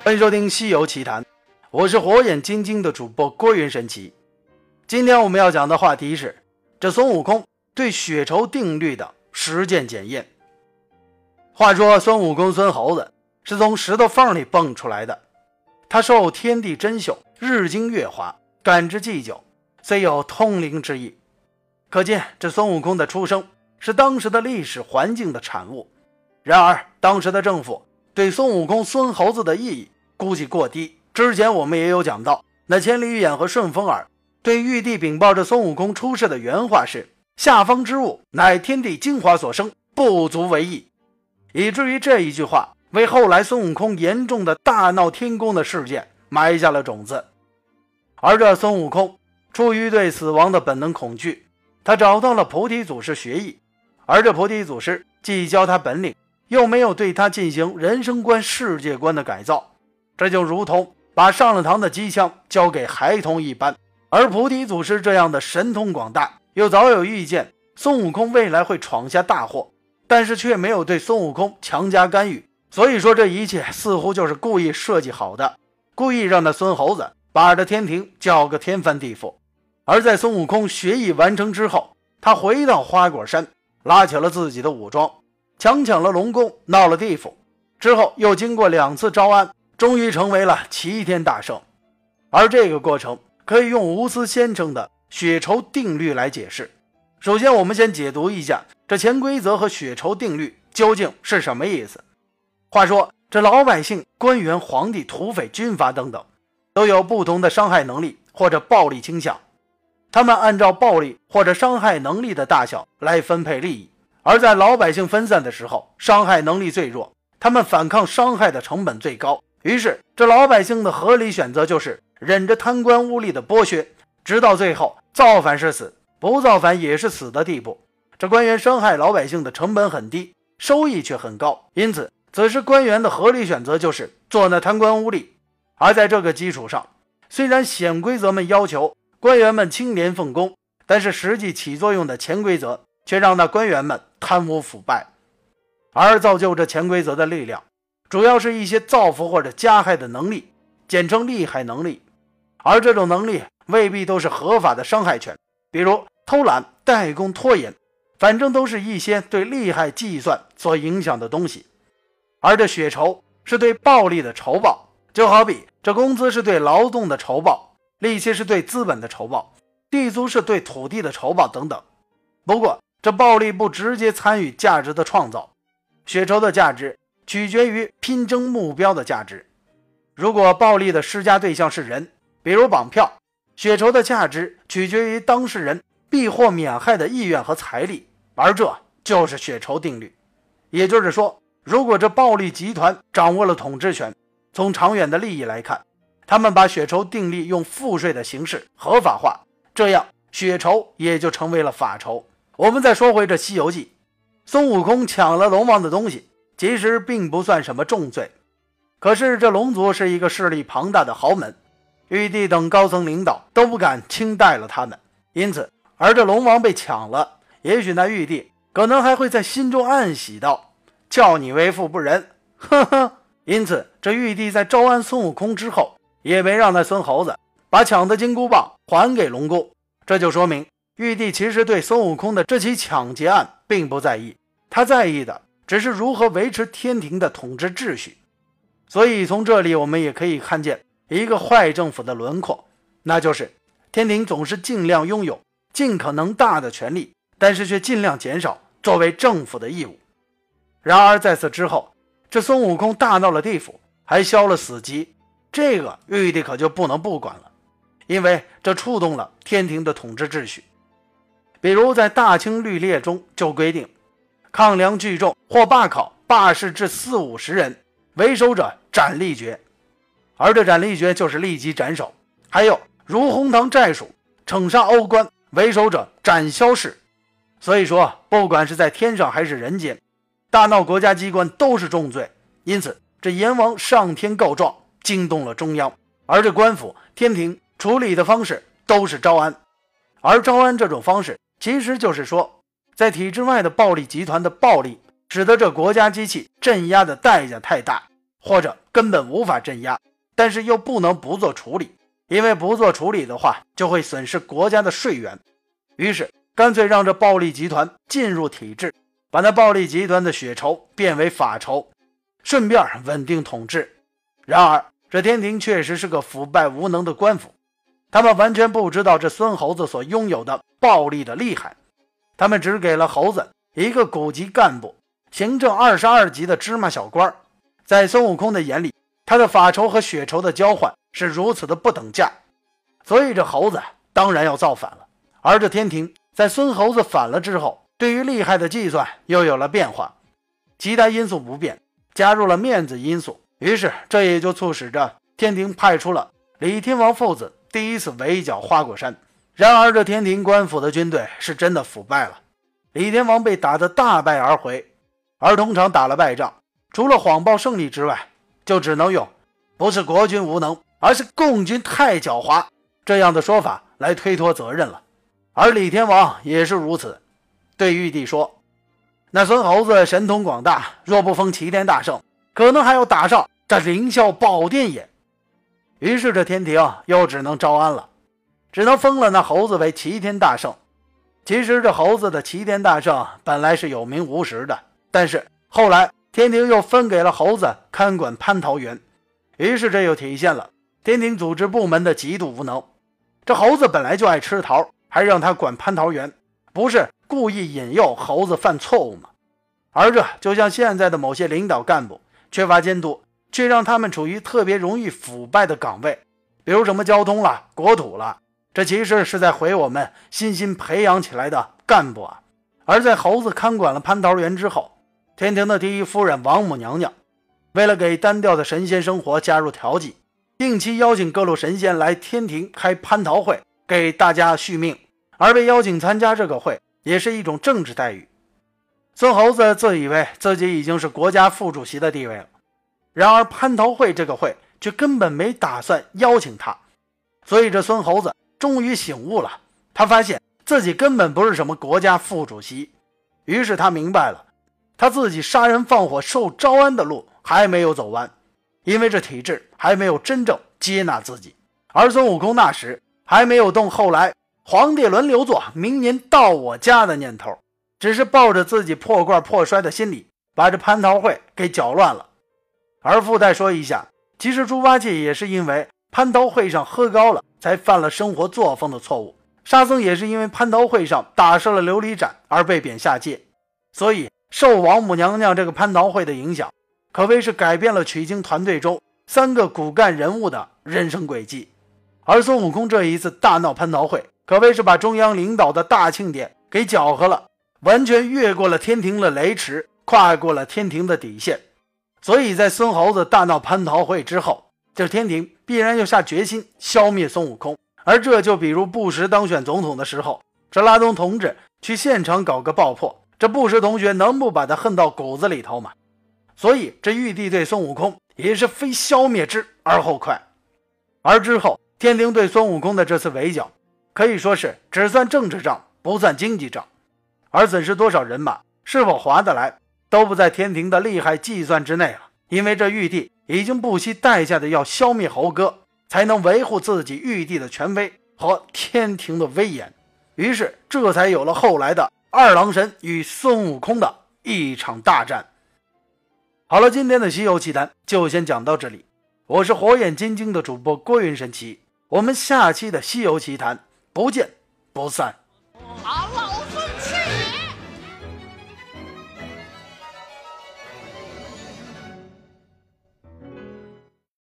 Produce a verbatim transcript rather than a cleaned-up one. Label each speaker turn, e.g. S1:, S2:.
S1: 欢迎收听《西游奇谈》，我是火眼金睛的主播郭云神奇。今天我们要讲的话题是这孙悟空对血酬定律的实践检验。话说孙悟空孙猴子是从石头缝里蹦出来的，他受天地珍秀，日精月华，感知既久，虽有通灵之意。可见这孙悟空的出生是当时的历史环境的产物。然而当时的政府对孙悟空孙猴子的意义估计过低。之前我们也有讲到，那千里眼和顺风耳对玉帝禀报着孙悟空出世的原话是：下方之物乃天地精华所生，不足为意。以至于这一句话为后来孙悟空严重的大闹天宫的事件埋下了种子。而这孙悟空出于对死亡的本能恐惧，他找到了菩提祖师学艺，而这菩提祖师既教他本领，又没有对他进行人生观世界观的改造，这就如同把上了膛的机枪交给孩童一般。而菩提祖师这样的神通广大，又早有预见孙悟空未来会闯下大祸，但是却没有对孙悟空强加干预。所以说这一切似乎就是故意设计好的，故意让那孙猴子把这天庭搅个天翻地覆。而在孙悟空学艺完成之后，他回到花果山，拉起了自己的武装，强抢了龙宫，闹了地府，之后又经过两次招安，终于成为了齐天大圣。而这个过程可以用无私先生的血酬定律来解释。首先我们先解读一下这潜规则和血酬定律究竟是什么意思。话说这老百姓、官员、皇帝、土匪、军阀等等都有不同的伤害能力或者暴力倾向，他们按照暴力或者伤害能力的大小来分配利益。而在老百姓分散的时候，伤害能力最弱，他们反抗伤害的成本最高，于是这老百姓的合理选择就是忍着贪官污吏的剥削，直到最后造反是死，不造反也是死的地步。这官员伤害老百姓的成本很低，收益却很高，因此此时官员的合理选择就是做那贪官污吏。而在这个基础上，虽然显规则们要求官员们清廉奉公，但是实际起作用的潜规则却让那官员们贪污腐败。而造就这潜规则的力量，主要是一些造福或者加害的能力，简称利害能力。而这种能力未必都是合法的伤害权，比如偷懒、怠工、拖延，反正都是一些对利害计算所影响的东西。而这血酬是对暴力的酬报，就好比这工资是对劳动的酬报，利息是对资本的酬报，地租是对土地的酬报等等。不过这暴力不直接参与价值的创造，血酬的价值取决于拼争目标的价值。如果暴力的施加对象是人，比如绑票，血酬的价值取决于当事人避祸免害的意愿和财力，而这就是血酬定律。也就是说，如果这暴力集团掌握了统治权，从长远的利益来看，他们把血酬定律用赋税的形式合法化，这样血酬也就成为了法酬。我们再说回这西游记，孙悟空抢了龙王的东西，其实并不算什么重罪。可是这龙族是一个势力庞大的豪门，玉帝等高层领导都不敢轻待了他们，因此而这龙王被抢了，也许那玉帝可能还会在心中暗喜道：叫你为父不仁，呵呵。因此这玉帝在招安孙悟空之后，也没让那孙猴子把抢的金箍棒还给龙宫。这就说明玉帝其实对孙悟空的这起抢劫案并不在意，他在意的只是如何维持天庭的统治秩序。所以从这里我们也可以看见一个坏政府的轮廓，那就是天庭总是尽量拥有尽可能大的权力，但是却尽量减少作为政府的义务。然而在此之后，这孙悟空大闹了地府，还消了死籍，这个玉帝可就不能不管了，因为这触动了天庭的统治秩序。比如在大清律例中就规定，抗粮聚众或罢考罢市至四五十人，为首者斩立决。而这斩立决就是立即斩首。还有如红堂寨属惩杀欧官，为首者斩消市。所以说不管是在天上还是人间，大闹国家机关都是重罪。因此这阎王上天告状，惊动了中央，而这官府天庭处理的方式都是招安。而招安这种方式其实就是说，在体制外的暴力集团的暴力使得这国家机器镇压的代价太大， 或者根本无法镇压，但是又不能不做处理，因为不做处理的话就会损失国家的税源。于是干脆让这暴力集团进入体制，把那暴力集团的血仇变为法仇，顺便稳定统治。然而这天庭确实是个腐败无能的官府，他们完全不知道这孙猴子所拥有的暴力的厉害，他们只给了猴子一个股级干部，行政二十二级的芝麻小官。在孙悟空的眼里，他的法仇和血仇的交换是如此的不等价，所以这猴子当然要造反了。而这天庭在孙猴子反了之后，对于厉害的计算又有了变化，其他因素不变，加入了面子因素，于是这也就促使着天庭派出了李天王父子第一次围剿花果山。然而这天庭官府的军队是真的腐败了，李天王被打得大败而回，而通常打了败仗，除了谎报胜利之外，就只能用不是国军无能，而是共军太狡猾这样的说法来推脱责任了。而李天王也是如此，对玉帝说，那孙猴子神通广大，若不封齐天大圣，可能还要打上这凌霄宝殿也。于是这天庭又只能招安了，只能封了那猴子为齐天大圣。其实这猴子的齐天大圣本来是有名无实的，但是后来天庭又分给了猴子看管蟠桃园，于是这又体现了天庭组织部门的极度无能。这猴子本来就爱吃桃，还让他管蟠桃园，不是故意引诱猴子犯错误吗？而这就像现在的某些领导干部缺乏监督，却让他们处于特别容易腐败的岗位，比如什么交通了、国土了，这其实是在毁我们辛辛培养起来的干部啊。而在猴子看管了蟠桃园之后，天庭的第一夫人王母娘娘为了给单调的神仙生活加入调剂，定期邀请各路神仙来天庭开蟠桃会，给大家续命，而被邀请参加这个会也是一种政治待遇。孙猴子自以为自己已经是国家副主席的地位了，然而蟠桃会这个会却根本没打算邀请他，所以这孙猴子终于醒悟了，他发现自己根本不是什么国家副主席。于是他明白了，他自己杀人放火受招安的路还没有走完，因为这体制还没有真正接纳自己。而孙悟空那时还没有动后来皇帝轮流坐，明年到我家的念头，只是抱着自己破罐破摔的心理，把这蟠桃会给搅乱了。而附带说一下，其实猪八戒也是因为蟠桃会上喝高了，才犯了生活作风的错误。沙僧也是因为蟠桃会上打折了琉璃盏而被贬下界，所以受王母娘娘这个蟠桃会的影响，可谓是改变了取经团队中三个骨干人物的人生轨迹。而孙悟空这一次大闹蟠桃会，可谓是把中央领导的大庆典给搅和了，完全越过了天庭的雷池，跨过了天庭的底线。所以在孙猴子大闹蟠桃会之后，这天庭必然要下决心消灭孙悟空。而这就比如布什当选总统的时候，这拉东同志去现场搞个爆破，这布什同学能不把他恨到骨子里头吗？所以这玉帝对孙悟空也是非消灭之而后快。而之后天庭对孙悟空的这次围剿，可以说是只算政治账不算经济账，而损失多少人马，是否划得来，都不在天庭的厉害计算之内了。因为这玉帝已经不惜代价的要消灭猴哥，才能维护自己玉帝的权威和天庭的威严。于是这才有了后来的二郎神与孙悟空的一场大战。好了，今天的西游奇谈就先讲到这里，我是火眼金睛的主播郭云神奇，我们下期的西游奇谈不见不散。